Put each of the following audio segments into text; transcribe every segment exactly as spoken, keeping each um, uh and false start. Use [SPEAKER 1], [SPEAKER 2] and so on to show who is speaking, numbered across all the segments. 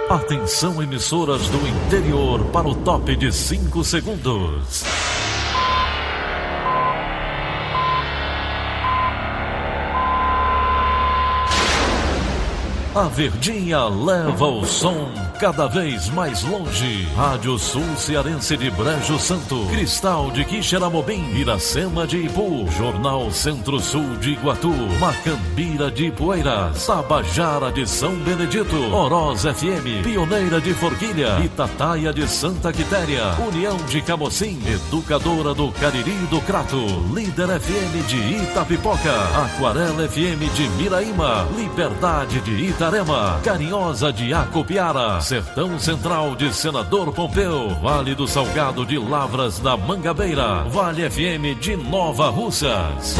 [SPEAKER 1] Atenção, emissoras do interior, para o top de cinco segundos. A Verdinha leva o som cada vez mais longe. Rádio Sul Cearense de Brejo Santo, Cristal de Quixeramobim, Iracema de Ipu, Jornal Centro-Sul de Iguatu, Macambira de Poeiras, Tabajara de São Benedito, Oroz F M, Pioneira de Forquilha, Itataia de Santa Quitéria, União de Camocim, Educadora do Cariri do Crato, Líder F M de Itapipoca, Aquarela F M de Miraíma, Liberdade de Itarema, Carinhosa de Acopiara, Sertão Central de Senador Pompeu, Vale do Salgado de Lavras da Mangabeira, Vale F M de Nova Russas.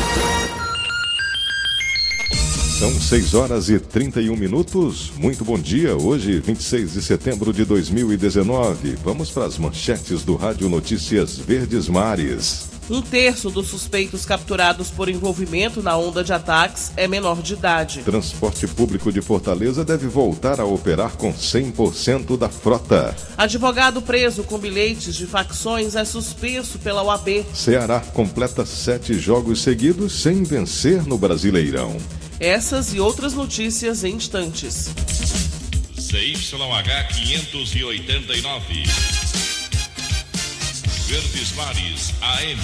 [SPEAKER 2] São seis horas e trinta e um minutos. Muito bom dia. Hoje, vinte e seis de setembro de dois mil e dezenove. Vamos para as manchetes do Rádio Notícias Verdes Mares.
[SPEAKER 3] Um terço dos suspeitos capturados por envolvimento na onda de ataques é menor de idade.
[SPEAKER 2] Transporte público de Fortaleza deve voltar a operar com cem por cento da frota.
[SPEAKER 3] Advogado preso com bilhetes de facções é suspenso pela O A B.
[SPEAKER 2] Ceará completa sete jogos seguidos sem vencer no Brasileirão.
[SPEAKER 3] Essas e outras notícias em instantes.
[SPEAKER 4] C Y H quinhentos e oitenta e nove. Verdes Mares A M.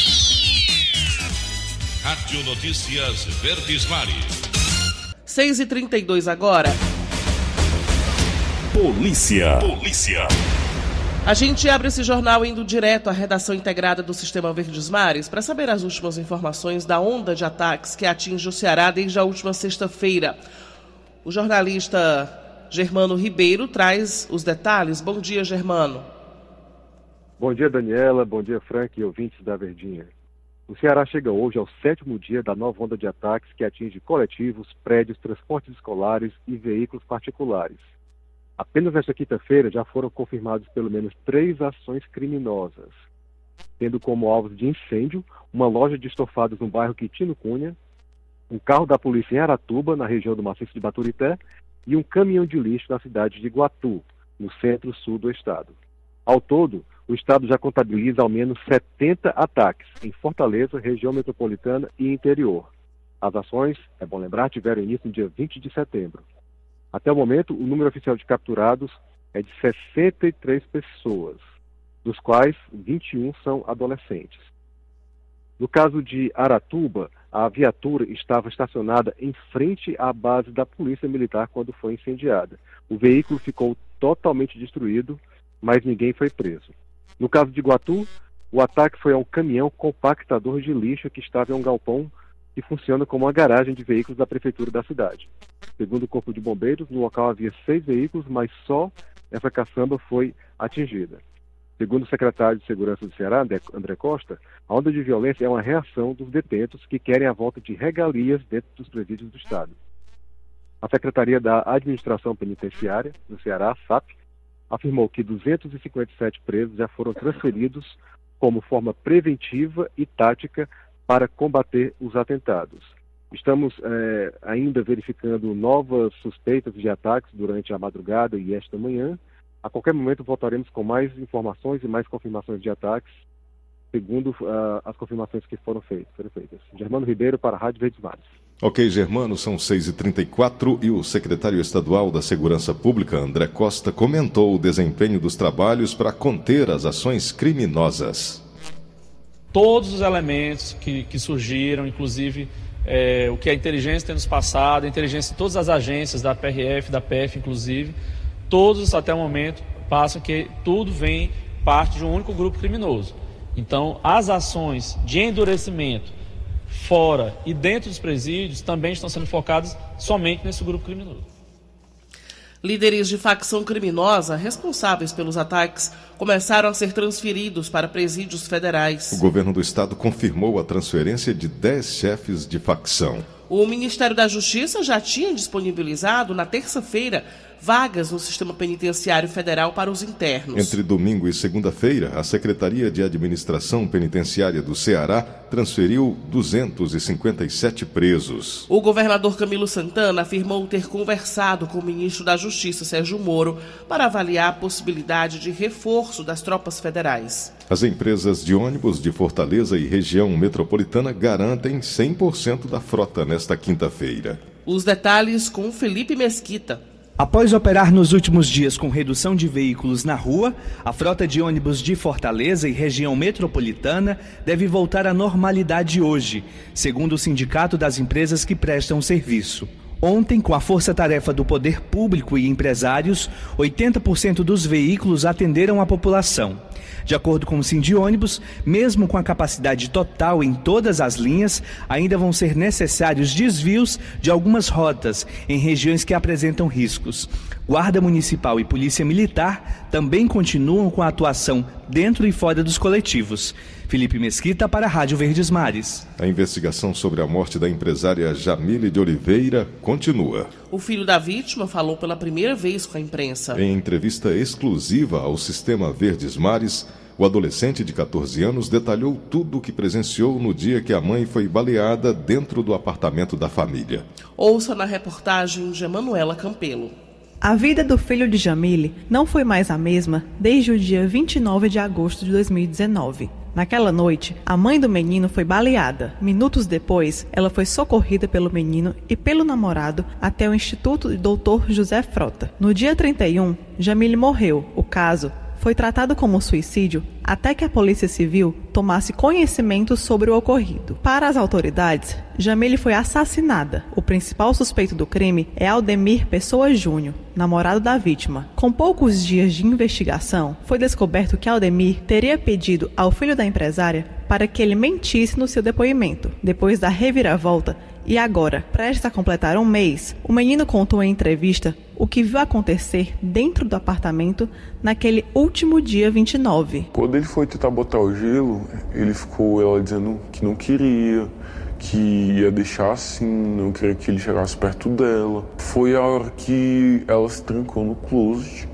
[SPEAKER 4] Rádio Notícias Verdes Mares.
[SPEAKER 3] seis e trinta e dois agora.
[SPEAKER 1] Polícia.
[SPEAKER 4] Polícia.
[SPEAKER 3] A gente abre esse jornal indo direto à redação integrada do Sistema Verdes Mares para saber as últimas informações da onda de ataques que atinge o Ceará desde a última sexta-feira. O jornalista Germano Ribeiro traz os detalhes. Bom dia, Germano.
[SPEAKER 5] Bom dia, Daniela. Bom dia, Frank e ouvintes da Verdinha. O Ceará chega hoje ao sétimo dia da nova onda de ataques que atinge coletivos, prédios, transportes escolares e veículos particulares. Apenas nesta quinta-feira já foram confirmadas pelo menos três ações criminosas, tendo como alvos de incêndio uma loja de estofados no bairro Quitino Cunha, um carro da polícia em Aratuba, na região do maciço de Baturité, e um caminhão de lixo na cidade de Iguatu, no centro-sul do estado. Ao todo, o estado já contabiliza ao menos setenta ataques em Fortaleza, região metropolitana e interior. As ações, é bom lembrar, tiveram início no dia vinte de setembro. Até o momento, o número oficial de capturados é de sessenta e três pessoas, dos quais vinte e um são adolescentes. No caso de Aratuba, a viatura estava estacionada em frente à base da Polícia Militar quando foi incendiada. O veículo ficou totalmente destruído, mas ninguém foi preso. No caso de Iguatu, o ataque foi ao caminhão compactador de lixo que estava em um galpão que funciona como uma garagem de veículos da prefeitura da cidade. Segundo o Corpo de Bombeiros, no local havia seis veículos, mas só essa caçamba foi atingida. Segundo o secretário de Segurança do Ceará, André Costa, a onda de violência é uma reação dos detentos que querem a volta de regalias dentro dos presídios do Estado. A Secretaria da Administração Penitenciária do Ceará, S A P, afirmou que duzentos e cinquenta e sete presos já foram transferidos como forma preventiva e tática para combater os atentados. Estamos eh, ainda verificando novas suspeitas de ataques durante a madrugada e esta manhã. A qualquer momento voltaremos com mais informações e mais confirmações de ataques, segundo uh, as confirmações que foram feitas. Foram feitas. Germano Ribeiro para a Rádio Verdes Mares.
[SPEAKER 2] Ok, Germano, são seis e trinta e quatro e o secretário estadual da Segurança Pública, André Costa, comentou o desempenho dos trabalhos para conter as ações criminosas.
[SPEAKER 6] Todos os elementos que, que surgiram, inclusive é, o que a inteligência tem nos passado, a inteligência de todas as agências, da P R F, da P F inclusive, todos até o momento passam que tudo vem parte de um único grupo criminoso. Então, as ações de endurecimento fora e dentro dos presídios também estão sendo focadas somente nesse grupo criminoso.
[SPEAKER 3] Líderes de facção criminosa responsáveis pelos ataques começaram a ser transferidos para presídios federais.
[SPEAKER 2] O governo do estado confirmou a transferência de dez chefes de facção.
[SPEAKER 3] O Ministério da Justiça já tinha disponibilizado, na terça-feira, vagas no sistema penitenciário federal para os internos.
[SPEAKER 2] Entre domingo e segunda-feira, a Secretaria de Administração Penitenciária do Ceará transferiu duzentos e cinquenta e sete presos.
[SPEAKER 3] O governador Camilo Santana afirmou ter conversado com o ministro da Justiça, Sérgio Moro, para avaliar a possibilidade de reforço das tropas federais.
[SPEAKER 2] As empresas de ônibus de Fortaleza e região metropolitana garantem cem por cento da frota nesta quinta-feira.
[SPEAKER 3] Os detalhes com Felipe Mesquita.
[SPEAKER 7] Após operar nos últimos dias com redução de veículos na rua, a frota de ônibus de Fortaleza e região metropolitana deve voltar à normalidade hoje, segundo o Sindicato das Empresas que Prestam Serviço. Ontem, com a força-tarefa do poder público e empresários, oitenta por cento dos veículos atenderam a população. De acordo com o Sindiônibus, mesmo com a capacidade total em todas as linhas, ainda vão ser necessários desvios de algumas rotas em regiões que apresentam riscos. Guarda Municipal e Polícia Militar também continuam com a atuação dentro e fora dos coletivos. Felipe Mesquita para a Rádio Verdes Mares.
[SPEAKER 2] A investigação sobre a morte da empresária Jamile de Oliveira continua.
[SPEAKER 3] O filho da vítima falou pela primeira vez com a imprensa.
[SPEAKER 2] Em entrevista exclusiva ao Sistema Verdes Mares, o adolescente de catorze anos detalhou tudo o que presenciou no dia que a mãe foi baleada dentro do apartamento da família.
[SPEAKER 3] Ouça na reportagem de Emanuela Campelo.
[SPEAKER 8] A vida do filho de Jamile não foi mais a mesma desde o dia vinte e nove de agosto de dois mil e dezenove. Naquela noite, a mãe do menino foi baleada. Minutos depois, ela foi socorrida pelo menino e pelo namorado até o Instituto doutor José Frota. No dia trinta e um, Jamile morreu. O caso foi tratado como suicídio até que a Polícia Civil tomasse conhecimento sobre o ocorrido. Para as autoridades, Jamile foi assassinada. O principal suspeito do crime é Aldemir Pessoa Júnior, namorado da vítima. Com poucos dias de investigação, foi descoberto que Aldemir teria pedido ao filho da empresária para que ele mentisse no seu depoimento. Depois da reviravolta, e agora, prestes a completar um mês, o menino contou em entrevista o que viu acontecer dentro do apartamento naquele último dia vinte e nove.
[SPEAKER 9] Quando ele foi tentar botar o gelo, ele ficou ela dizendo que não queria, que ia deixar assim, não queria que ele chegasse perto dela. Foi a hora que ela se trancou no closet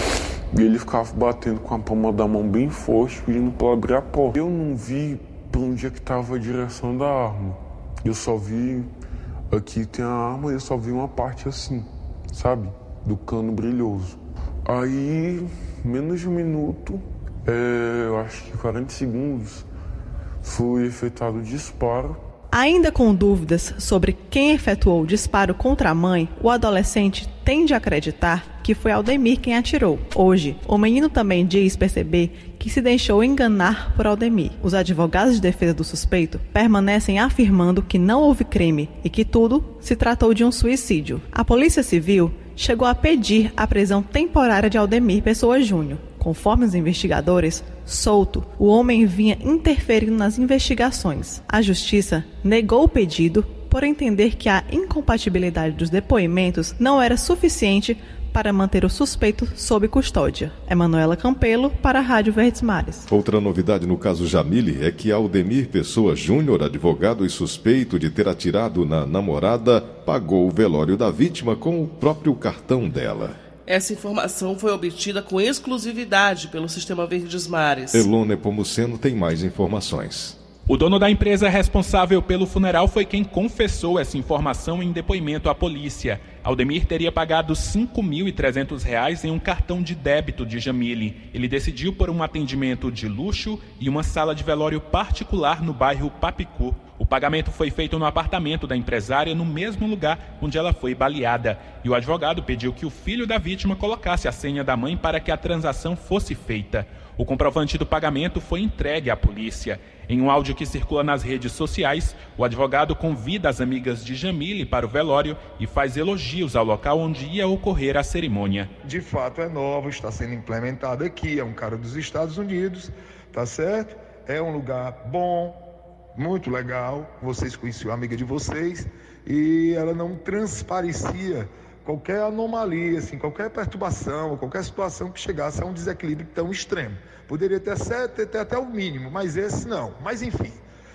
[SPEAKER 9] e ele ficava batendo com a palma da mão bem forte, pedindo para abrir a porta. Eu não vi para onde é que estava a direção da arma. Eu só vi, aqui tem a arma, eu só vi uma parte assim, sabe? Do cano brilhoso. Aí, menos de um minuto, é, eu acho que quarenta segundos, foi efetuado o disparo.
[SPEAKER 8] Ainda com dúvidas sobre quem efetuou o disparo contra a mãe, o adolescente tende a acreditar que foi Aldemir quem atirou. Hoje, o menino também diz perceber que se deixou enganar por Aldemir. Os advogados de defesa do suspeito permanecem afirmando que não houve crime e que tudo se tratou de um suicídio. A Polícia Civil chegou a pedir a prisão temporária de Aldemir Pessoa Júnior. Conforme os investigadores, solto, o homem vinha interferindo nas investigações. A Justiça negou o pedido por entender que a incompatibilidade dos depoimentos não era suficiente para manter o suspeito sob custódia. Emanuela Campelo, para a Rádio Verdes Mares.
[SPEAKER 2] Outra novidade no caso Jamile é que Aldemir Pessoa Júnior, advogado e suspeito de ter atirado na namorada, pagou o velório da vítima com o próprio cartão dela.
[SPEAKER 3] Essa informação foi obtida com exclusividade pelo Sistema Verdes Mares.
[SPEAKER 2] Elon Nepomuceno tem mais informações.
[SPEAKER 10] O dono da empresa responsável pelo funeral foi quem confessou essa informação em depoimento à polícia. Aldemir teria pagado cinco mil e trezentos reais em um cartão de débito de Jamile. Ele decidiu por um atendimento de luxo e uma sala de velório particular no bairro Papicu. O pagamento foi feito no apartamento da empresária, no mesmo lugar onde ela foi baleada. E o advogado pediu que o filho da vítima colocasse a senha da mãe para que a transação fosse feita. O comprovante do pagamento foi entregue à polícia. Em um áudio que circula nas redes sociais, o advogado convida as amigas de Jamile para o velório e faz elogios ao local onde ia ocorrer a cerimônia.
[SPEAKER 11] De fato é novo, está sendo implementado aqui, é um cara dos Estados Unidos, tá certo? É um lugar bom, muito legal, vocês conheciam a amiga de vocês e ela não transparecia qualquer anomalia, assim, qualquer perturbação, qualquer situação que chegasse a um desequilíbrio tão extremo. Poderia ter, ter, ter até o mínimo, mas esse não. Mas enfim,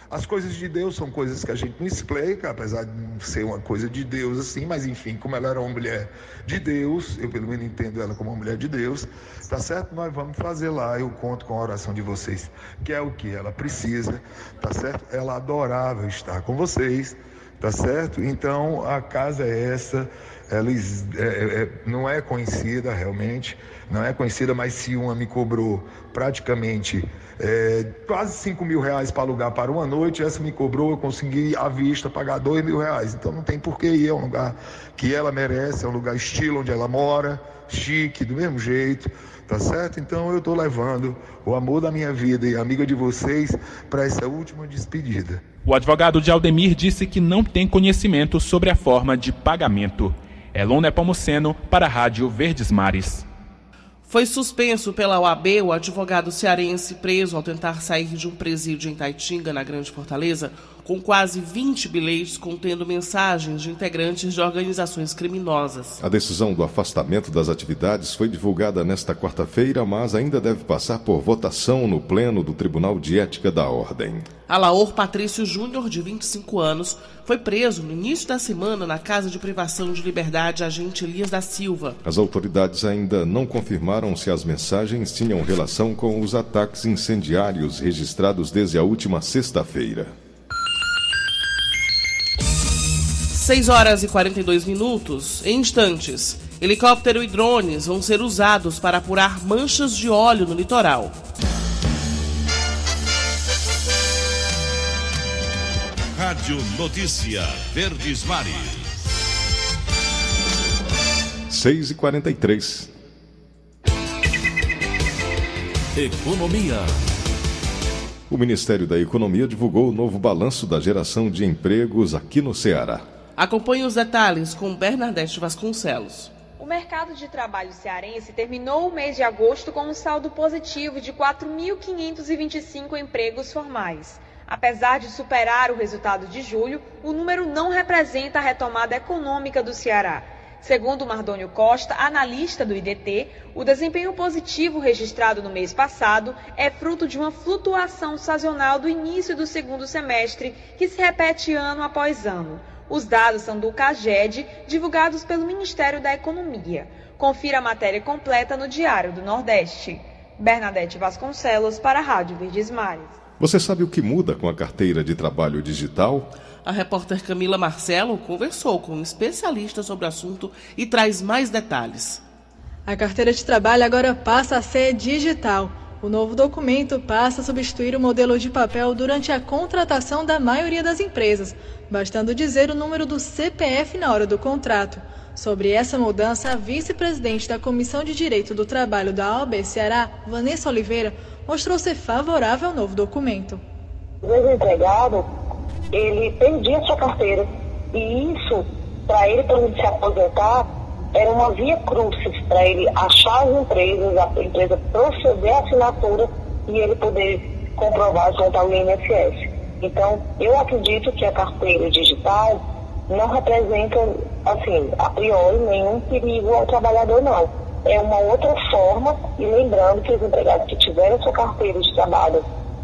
[SPEAKER 11] As coisas de Deus são coisas que a gente não explica, apesar de não ser uma coisa de Deus assim, mas enfim, como ela era uma mulher de Deus, eu pelo menos entendo ela como uma mulher de Deus, tá certo? Nós vamos fazer lá, eu conto com a oração de vocês, que é o que ela precisa, tá certo? Ela adorava estar com vocês, tá certo? Então a casa é essa, ela é, é, não é conhecida realmente, não é conhecida, mas se uma me cobrou praticamente é, quase cinco mil reais para alugar para uma noite, essa me cobrou, eu consegui à vista pagar dois mil reais. Então não tem por que ir, é um lugar que ela merece, é um lugar estilo onde ela mora, chique, do mesmo jeito, tá certo? Então eu estou levando o amor da minha vida e a amiga de vocês para essa última despedida.
[SPEAKER 10] O advogado de Aldemir disse que não tem conhecimento sobre a forma de pagamento. Elon Nepomuceno para a Rádio Verdes Mares.
[SPEAKER 3] Foi suspenso pela O A B o advogado cearense preso ao tentar sair de um presídio em Taitinga, na Grande Fortaleza, com quase vinte bilhetes contendo mensagens de integrantes de organizações criminosas.
[SPEAKER 2] A decisão do afastamento das atividades foi divulgada nesta quarta-feira, mas ainda deve passar por votação no Pleno do Tribunal de Ética da Ordem.
[SPEAKER 3] Alaor Patrício Júnior, de vinte e cinco anos, foi preso no início da semana na casa de privação de liberdade Agente Elias da Silva.
[SPEAKER 2] As autoridades ainda não confirmaram se as mensagens tinham relação com os ataques incendiários registrados desde a última sexta-feira.
[SPEAKER 3] seis horas e quarenta e dois minutos. Em instantes, helicóptero e drones vão ser usados para apurar manchas de óleo no litoral.
[SPEAKER 1] Rádio Notícia Verdes Mares.
[SPEAKER 2] seis e quarenta e três.
[SPEAKER 1] Economia.
[SPEAKER 2] O Ministério da Economia divulgou o novo balanço da geração de empregos aqui no Ceará.
[SPEAKER 3] Acompanhe os detalhes com Bernadette Vasconcelos.
[SPEAKER 12] O mercado de trabalho cearense terminou o mês de agosto com um saldo positivo de quatro mil quinhentos e vinte e cinco empregos formais. Apesar de superar o resultado de julho, o número não representa a retomada econômica do Ceará. Segundo Mardônio Costa, analista do I D T, o desempenho positivo registrado no mês passado é fruto de uma flutuação sazonal do início do segundo semestre, que se repete ano após ano. Os dados são do CAGED, divulgados pelo Ministério da Economia. Confira a matéria completa no Diário do Nordeste. Bernadette Vasconcelos para a Rádio Verdes Mares.
[SPEAKER 2] Você sabe o que muda com a carteira de trabalho digital?
[SPEAKER 3] A repórter Camila Marcelo conversou com um especialista sobre o assunto e traz mais detalhes.
[SPEAKER 13] A carteira de trabalho agora passa a ser digital. O novo documento passa a substituir o modelo de papel durante a contratação da maioria das empresas, bastando dizer o número do C P F na hora do contrato. Sobre essa mudança, a vice-presidente da Comissão de Direito do Trabalho da O A B Ceará, Vanessa Oliveira, mostrou ser favorável ao novo documento.
[SPEAKER 14] O desempregado, ele perdia sua carteira e isso, para ele, para ele se aposentar, era uma via crucis para ele achar as empresas, a empresa proceder à assinatura e ele poder comprovar junto ao I N S S. Então, eu acredito que a carteira digital não representa, assim, a priori, nenhum perigo ao trabalhador, não. É uma outra forma, e lembrando que os empregados que tiverem sua carteira de trabalho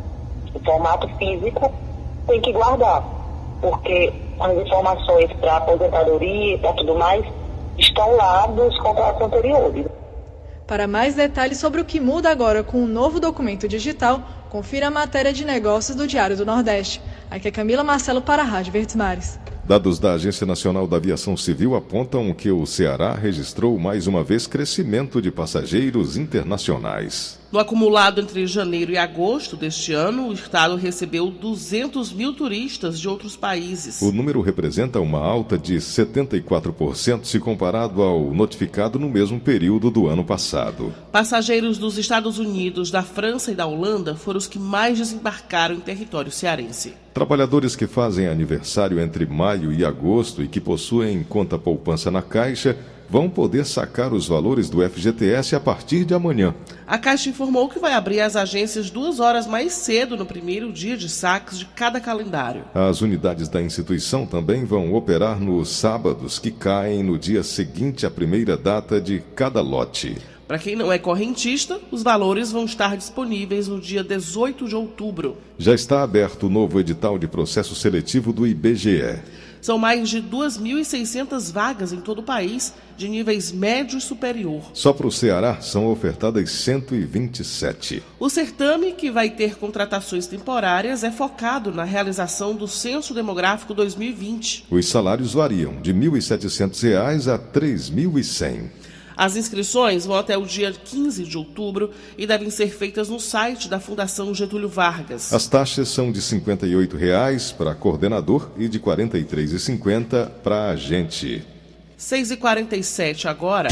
[SPEAKER 14] em formato físico, tem que guardar, porque as informações para aposentadoria e para tudo mais estão lá dos contratos anteriores.
[SPEAKER 13] Para mais detalhes sobre o que muda agora com o novo documento digital, confira a matéria de negócios do Diário do Nordeste. Aqui é Camila Marcelo para a Rádio Verdes Mares.
[SPEAKER 2] Dados da Agência Nacional da Aviação Civil apontam que o Ceará registrou mais uma vez crescimento de passageiros internacionais.
[SPEAKER 3] No acumulado entre janeiro e agosto deste ano, o estado recebeu duzentos mil turistas de outros países.
[SPEAKER 2] O número representa uma alta de setenta e quatro por cento se comparado ao notificado no mesmo período do ano passado.
[SPEAKER 3] Passageiros dos Estados Unidos, da França e da Holanda foram os que mais desembarcaram em território cearense.
[SPEAKER 2] Trabalhadores que fazem aniversário entre maio e agosto e que possuem conta poupança na Caixa vão poder sacar os valores do F G T S a partir de amanhã.
[SPEAKER 3] A Caixa informou que vai abrir as agências duas horas mais cedo no primeiro dia de saques de cada calendário.
[SPEAKER 2] As unidades da instituição também vão operar nos sábados, que caem no dia seguinte à primeira data de cada lote.
[SPEAKER 3] Para quem não é correntista, os valores vão estar disponíveis no dia dezoito de outubro.
[SPEAKER 2] Já está aberto o novo edital de processo seletivo do I B G E.
[SPEAKER 3] São mais de duas mil e seiscentas vagas em todo o país, de níveis médio e superior.
[SPEAKER 2] Só para o Ceará são ofertadas cento e vinte e sete.
[SPEAKER 3] O certame, que vai ter contratações temporárias, é focado na realização do Censo Demográfico dois mil e vinte.
[SPEAKER 2] Os salários variam de mil e setecentos reais a três mil e cem.
[SPEAKER 3] As inscrições vão até o dia quinze de outubro e devem ser feitas no site da Fundação Getúlio Vargas.
[SPEAKER 2] As taxas são de cinquenta e oito reais para coordenador e de quarenta e três reais e cinquenta centavos para agente.
[SPEAKER 3] seis e quarenta e sete agora.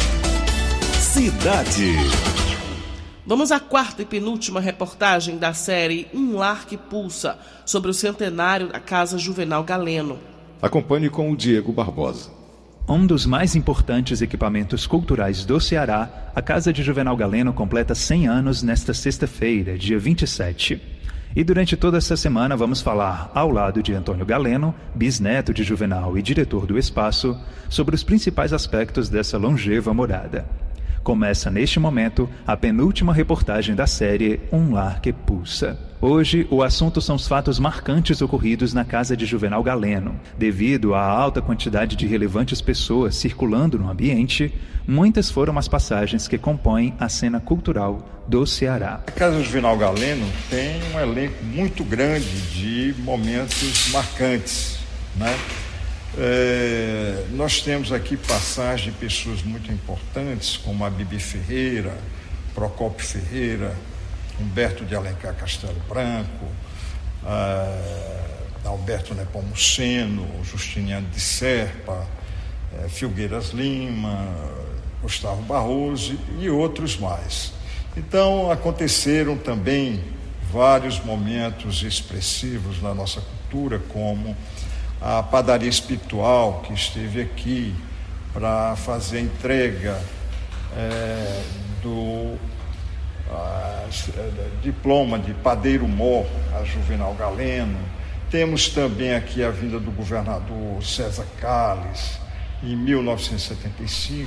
[SPEAKER 1] Cidade.
[SPEAKER 3] Vamos à quarta e penúltima reportagem da série Um Lar que Pulsa, sobre o centenário da Casa Juvenal Galeno.
[SPEAKER 2] Acompanhe com o Diego Barbosa.
[SPEAKER 7] Um dos mais importantes equipamentos culturais do Ceará, a Casa de Juvenal Galeno completa cem anos nesta sexta-feira, dia vinte e sete. E durante toda essa semana vamos falar, ao lado de Antônio Galeno, bisneto de Juvenal e diretor do espaço, sobre os principais aspectos dessa longeva morada. Começa neste momento a penúltima reportagem da série Um Lar que Pulsa. Hoje, o assunto são os fatos marcantes ocorridos na casa de Juvenal Galeno. Devido à alta quantidade de relevantes pessoas circulando no ambiente, muitas foram as passagens que compõem a cena cultural do Ceará.
[SPEAKER 15] A casa Juvenal Galeno tem um elenco muito grande de momentos marcantes, né? É, nós temos aqui passagens de pessoas muito importantes, como a Bibi Ferreira, Procópio Ferreira, Humberto de Alencar Castelo Branco, uh, Alberto Nepomuceno, Justiniano de Serpa, uh, Filgueiras Lima, Gustavo Barroso e outros mais. Então, aconteceram também vários momentos expressivos na nossa cultura, como a padaria espiritual, que esteve aqui para fazer a entrega é, do a, a, diploma de padeiro-mor a Juvenal Galeno. Temos também aqui a vinda do governador César Calles, em mil novecentos e setenta e cinco,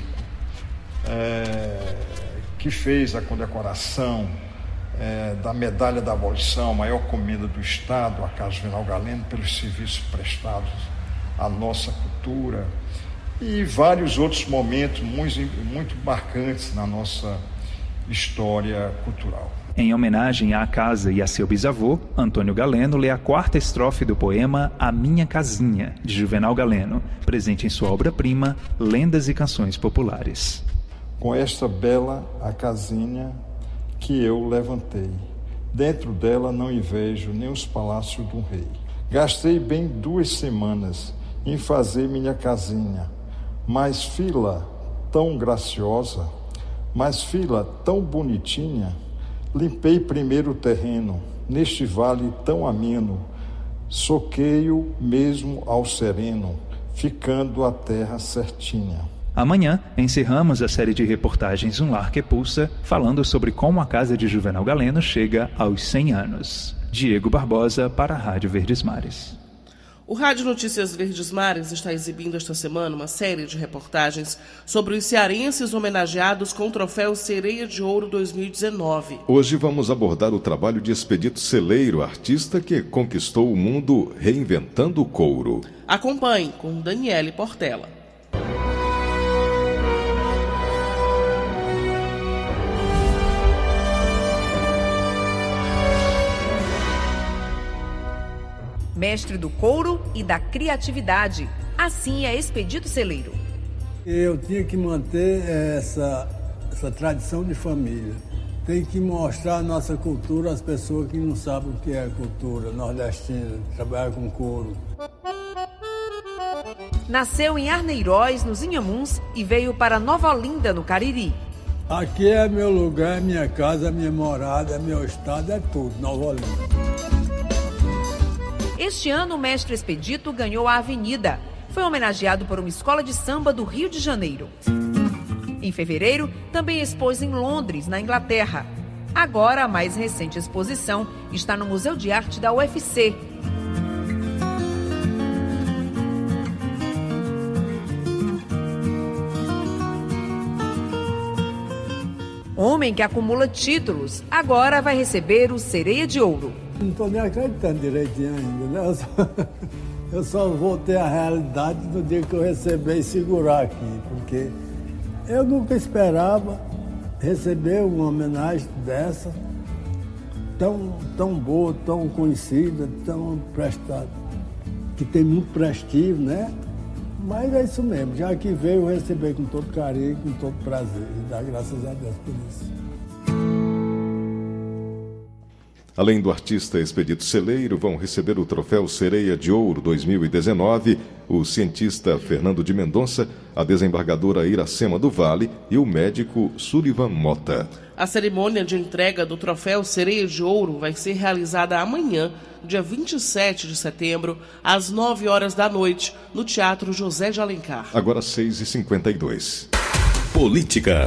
[SPEAKER 15] é, que fez a condecoração É, da Medalha da Abolição, a maior comenda do Estado, a Casa Juvenal Galeno, pelos serviços prestados à nossa cultura, e vários outros momentos muito, muito marcantes na nossa história cultural.
[SPEAKER 7] Em homenagem à casa e a seu bisavô, Antônio Galeno lê a quarta estrofe do poema A Minha Casinha, de Juvenal Galeno, presente em sua obra-prima Lendas e Canções Populares.
[SPEAKER 15] Com esta bela a casinha que eu levantei, dentro dela não invejo nem os palácios de um rei. Gastei bem duas semanas em fazer minha casinha, mas fila tão graciosa, mas fila tão bonitinha. Limpei primeiro o terreno, neste vale tão ameno, soqueio mesmo ao sereno, ficando a terra certinha.
[SPEAKER 7] Amanhã, encerramos a série de reportagens Um Lar que Pulsa, falando sobre como a casa de Juvenal Galeno chega aos cem anos. Diego Barbosa, para a Rádio Verdes Mares.
[SPEAKER 3] O Rádio Notícias Verdes Mares está exibindo esta semana uma série de reportagens sobre os cearenses homenageados com o troféu Sereia de Ouro dois mil e dezenove.
[SPEAKER 2] Hoje vamos abordar o trabalho de Expedito Celeiro, artista que conquistou o mundo reinventando o couro.
[SPEAKER 3] Acompanhe com Daniele Portela.
[SPEAKER 16] Mestre do couro e da criatividade. Assim é Expedito Celeiro.
[SPEAKER 17] Eu tinha que manter essa, essa tradição de família. Tem que mostrar a nossa cultura às pessoas que não sabem o que é cultura nordestina, trabalhar com couro.
[SPEAKER 16] Nasceu em Arneiroz, nos Inhamuns, e veio para Nova Olinda, no Cariri.
[SPEAKER 17] Aqui é meu lugar, minha casa, minha morada, meu estado, é tudo, Nova Olinda.
[SPEAKER 16] Este ano, o mestre Expedito ganhou a Avenida. Foi homenageado por uma escola de samba do Rio de Janeiro. Em fevereiro, também expôs em Londres, na Inglaterra. Agora, a mais recente exposição está no Museu de Arte da U F C. Homem que acumula títulos, agora vai receber o Sereia de Ouro.
[SPEAKER 17] Não estou nem acreditando direitinho ainda, né? Eu só, eu só vou ter a realidade no dia que eu receber e segurar aqui, porque eu nunca esperava receber uma homenagem dessa, tão, tão boa, tão conhecida, tão prestada, que tem muito prestígio, né? Mas é isso mesmo, já que veio, eu receber com todo carinho, com todo prazer, e dar graças a Deus por isso.
[SPEAKER 2] Além do artista Expedito Celeiro, vão receber o troféu Sereia de Ouro dois mil e dezenove, o cientista Fernando de Mendonça, a desembargadora Iracema do Vale e o médico Sullivan Mota.
[SPEAKER 3] A cerimônia de entrega do troféu Sereia de Ouro vai ser realizada amanhã, dia vinte e sete de setembro, às nove horas da noite, no Teatro José de Alencar.
[SPEAKER 2] Agora seis e cinquenta e dois.
[SPEAKER 1] Política.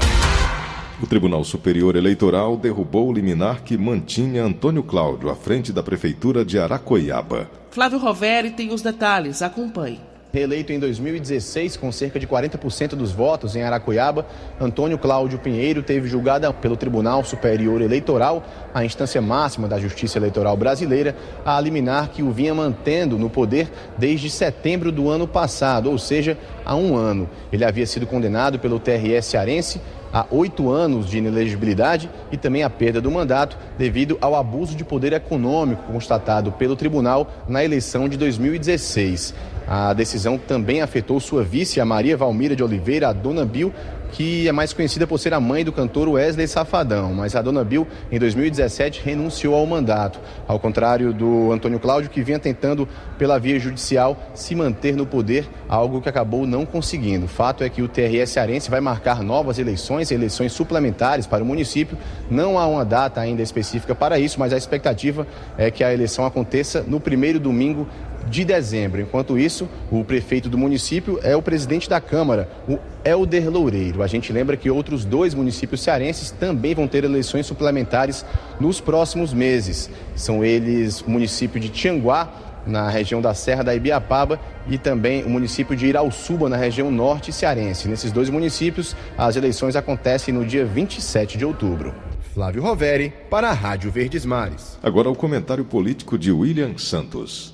[SPEAKER 2] O Tribunal Superior Eleitoral derrubou o liminar que mantinha Antônio Cláudio à frente da Prefeitura de Aracoiaba.
[SPEAKER 3] Flávio Roveri tem os detalhes. Acompanhe.
[SPEAKER 18] Reeleito em dois mil e dezesseis com cerca de quarenta por cento dos votos em Aracoiaba, Antônio Cláudio Pinheiro teve julgada pelo Tribunal Superior Eleitoral, a instância máxima da Justiça Eleitoral brasileira, a liminar que o vinha mantendo no poder desde setembro do ano passado, ou seja, há um ano. Ele havia sido condenado pelo T R S cearense a oito anos de inelegibilidade e também a perda do mandato devido ao abuso de poder econômico constatado pelo tribunal na eleição de dois mil e dezesseis. A decisão também afetou sua vice, a Maria Valmira de Oliveira, a Dona Bill, que é mais conhecida por ser a mãe do cantor Wesley Safadão, mas a Dona Bill, em dois mil e dezessete, renunciou ao mandato, ao contrário do Antônio Cláudio, que vinha tentando, pela via judicial, se manter no poder, algo que acabou não conseguindo. O fato é que o T R S cearense vai marcar novas eleições, eleições suplementares para o município. Não há uma data ainda específica para isso, mas a expectativa é que a eleição aconteça no primeiro domingo de dezembro. Enquanto isso, o prefeito do município é o presidente da Câmara, o Helder Loureiro. A gente lembra que outros dois municípios cearenses também vão ter eleições suplementares nos próximos meses. São eles o município de Tianguá, na região da Serra da Ibiapaba, e também o município de Irauçuba, na região norte cearense. Nesses dois municípios, as eleições acontecem no dia vinte e sete de outubro. Flávio Roveri, para a Rádio Verdes Mares.
[SPEAKER 2] Agora o comentário político de William Santos.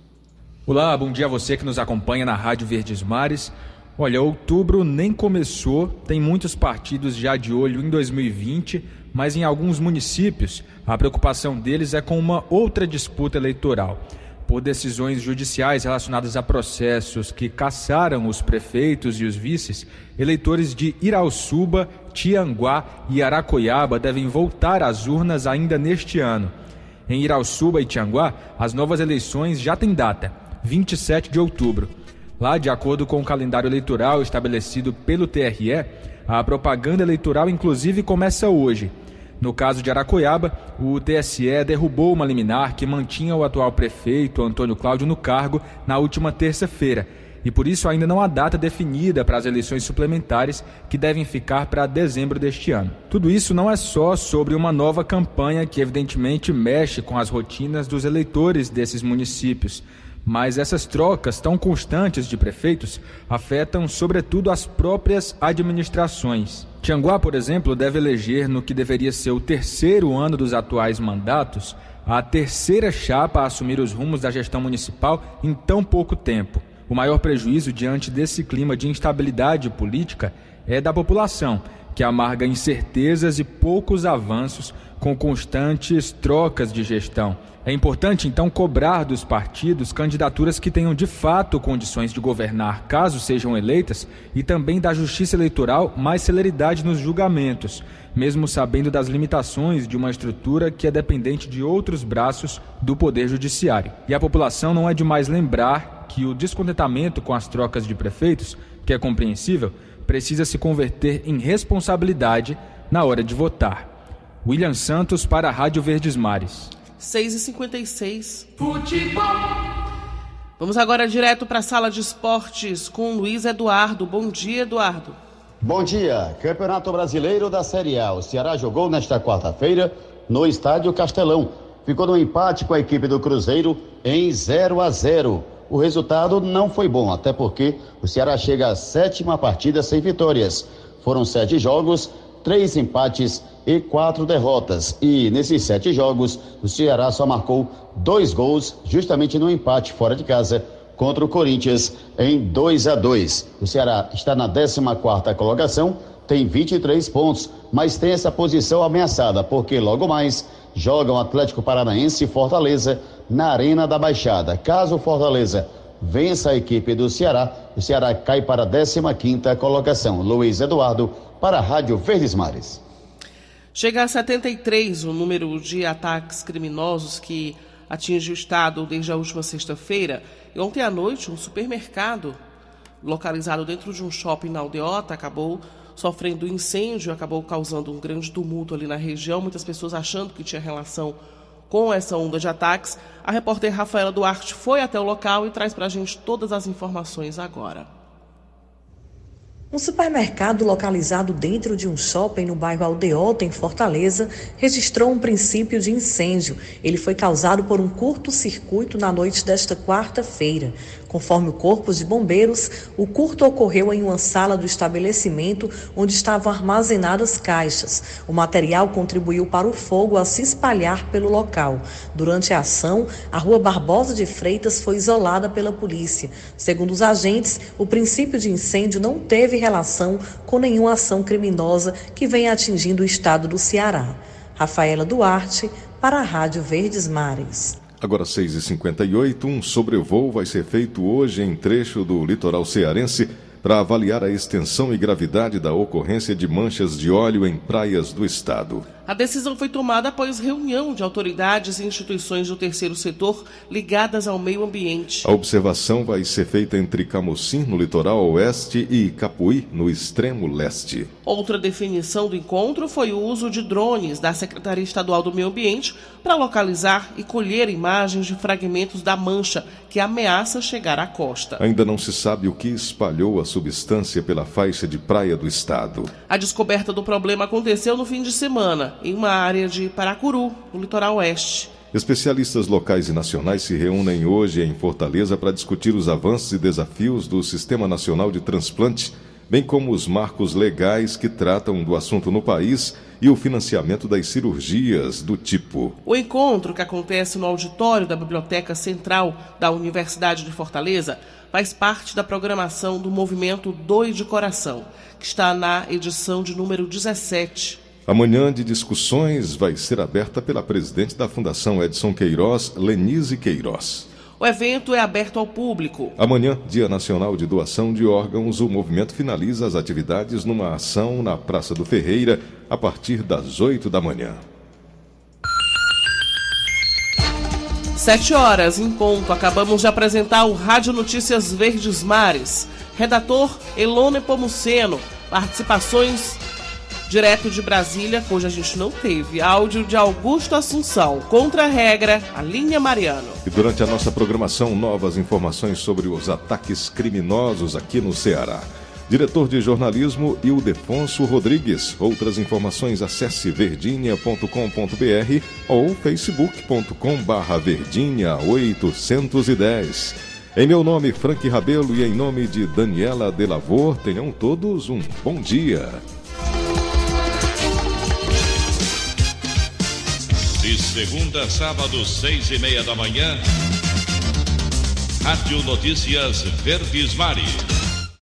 [SPEAKER 10] Olá, bom dia a você que nos acompanha na Rádio Verdes Mares. Olha, outubro nem começou, tem muitos partidos já de olho em dois mil e vinte, mas em alguns municípios a preocupação deles é com uma outra disputa eleitoral. Por decisões judiciais relacionadas a processos que cassaram os prefeitos e os vices, eleitores de Irauçuba, Tianguá e Aracoiaba devem voltar às urnas ainda neste ano. Em Irauçuba e Tianguá, as novas eleições já têm data, vinte e sete de outubro. Lá, de acordo com o calendário eleitoral estabelecido pelo T R E, a propaganda eleitoral inclusive começa hoje. No caso de Aracoiaba, o T S E derrubou uma liminar que mantinha o atual prefeito, Antônio Cláudio, no cargo na última terça-feira. E por isso ainda não há data definida para as eleições suplementares que devem ficar para dezembro deste ano. Tudo isso não é só sobre uma nova campanha que evidentemente mexe com as rotinas dos eleitores desses municípios. Mas essas trocas tão constantes de prefeitos afetam sobretudo as próprias administrações. Tianguá, por exemplo, deve eleger no que deveria ser o terceiro ano dos atuais mandatos a terceira chapa a assumir os rumos da gestão municipal em tão pouco tempo. O maior prejuízo diante desse clima de instabilidade política é da população, que amarga incertezas e poucos avanços com constantes trocas de gestão. É importante, então, cobrar dos partidos candidaturas que tenham de fato condições de governar, caso sejam eleitas, e também da Justiça Eleitoral mais celeridade nos julgamentos, mesmo sabendo das limitações de uma estrutura que é dependente de outros braços do Poder Judiciário. E a população não é demais lembrar que o descontentamento com as trocas de prefeitos, que é compreensível, precisa se converter em responsabilidade na hora de votar. William Santos para a Rádio Verdes Mares.
[SPEAKER 3] seis e cinquenta e seis. Futebol. Vamos agora direto para a sala de esportes com Luiz Eduardo. Bom dia, Eduardo.
[SPEAKER 19] Bom dia. Campeonato Brasileiro da Série A. O Ceará jogou nesta quarta-feira no Estádio Castelão. Ficou no empate com a equipe do Cruzeiro em zero a zero. O resultado não foi bom, até porque o Ceará chega à sétima partida sem vitórias. Foram sete jogos, três empates e quatro derrotas. E nesses sete jogos, o Ceará só marcou dois gols, justamente no empate fora de casa contra o Corinthians em dois a dois. O Ceará está na décima quarta colocação, tem vinte e três pontos, mas tem essa posição ameaçada, porque logo mais jogam Atlético Paranaense e Fortaleza na Arena da Baixada. Caso o Fortaleza vença a equipe do Ceará, o Ceará cai para a décima quinta colocação. Luiz Eduardo, para a Rádio Verdes Mares.
[SPEAKER 3] Chega a setenta e três o número de ataques criminosos que atinge o estado desde a última sexta-feira. E ontem à noite, um supermercado localizado dentro de um shopping na Aldeota acabou sofrendo incêndio, acabou causando um grande tumulto ali na região, muitas pessoas achando que tinha relação com essa onda de ataques. A repórter Rafaela Duarte foi até o local e traz para a gente todas as informações agora.
[SPEAKER 20] Um supermercado localizado dentro de um shopping no bairro Aldeota, em Fortaleza, registrou um princípio de incêndio. Ele foi causado por um curto-circuito na noite desta quarta-feira. Conforme o Corpo de Bombeiros, o curto ocorreu em uma sala do estabelecimento onde estavam armazenadas caixas. O material contribuiu para o fogo a se espalhar pelo local. Durante a ação, a Rua Barbosa de Freitas foi isolada pela polícia. Segundo os agentes, o princípio de incêndio não teve relação com nenhuma ação criminosa que venha atingindo o estado do Ceará. Rafaela Duarte, para a Rádio Verdes Mares.
[SPEAKER 2] Agora seis e cinquenta e oito, um sobrevoo vai ser feito hoje em trecho do litoral cearense para avaliar a extensão e gravidade da ocorrência de manchas de óleo em praias do estado.
[SPEAKER 3] A decisão foi tomada após reunião de autoridades e instituições do terceiro setor ligadas ao meio ambiente.
[SPEAKER 2] A observação vai ser feita entre Camocim, no litoral oeste, e Capuí, no extremo leste.
[SPEAKER 3] Outra definição do encontro foi o uso de drones da Secretaria Estadual do Meio Ambiente para localizar e colher imagens de fragmentos da mancha que ameaça chegar à costa.
[SPEAKER 2] Ainda não se sabe o que espalhou a substância pela faixa de praia do estado.
[SPEAKER 3] A descoberta do problema aconteceu no fim de semana, em uma área de Paracuru, no litoral oeste.
[SPEAKER 2] Especialistas locais e nacionais se reúnem hoje em Fortaleza para discutir os avanços e desafios do Sistema Nacional de Transplante, bem como os marcos legais que tratam do assunto no país e o financiamento das cirurgias do tipo.
[SPEAKER 3] O encontro, que acontece no auditório da Biblioteca Central da Universidade de Fortaleza, faz parte da programação do movimento Doe de Coração, que está na edição de número dezessete.
[SPEAKER 2] A manhã de discussões vai ser aberta pela presidente da Fundação Edson Queiroz, Lenise Queiroz.
[SPEAKER 3] O evento é aberto ao público.
[SPEAKER 2] Amanhã, Dia Nacional de Doação de Órgãos, o movimento finaliza as atividades numa ação na Praça do Ferreira, a partir das oito da manhã.
[SPEAKER 3] Sete horas em ponto. Acabamos de apresentar o Rádio Notícias Verdes Mares. Redator Elone Pomuceno. Participações direto de Brasília, hoje a gente não teve. Áudio de Augusto Assunção. Contra a regra, Aline Mariano.
[SPEAKER 2] E durante a nossa programação, novas informações sobre os ataques criminosos aqui no Ceará. Diretor de jornalismo, Ildefonso Rodrigues. Outras informações, acesse verdinha ponto com ponto br ou facebook ponto com barra verdinha oitocentos e dez. Em meu nome, Frank Rabelo, e em nome de Daniela Delavor, tenham todos um bom dia.
[SPEAKER 4] De segunda a sábado, seis e meia da manhã, Rádio Notícias Verdes Mares.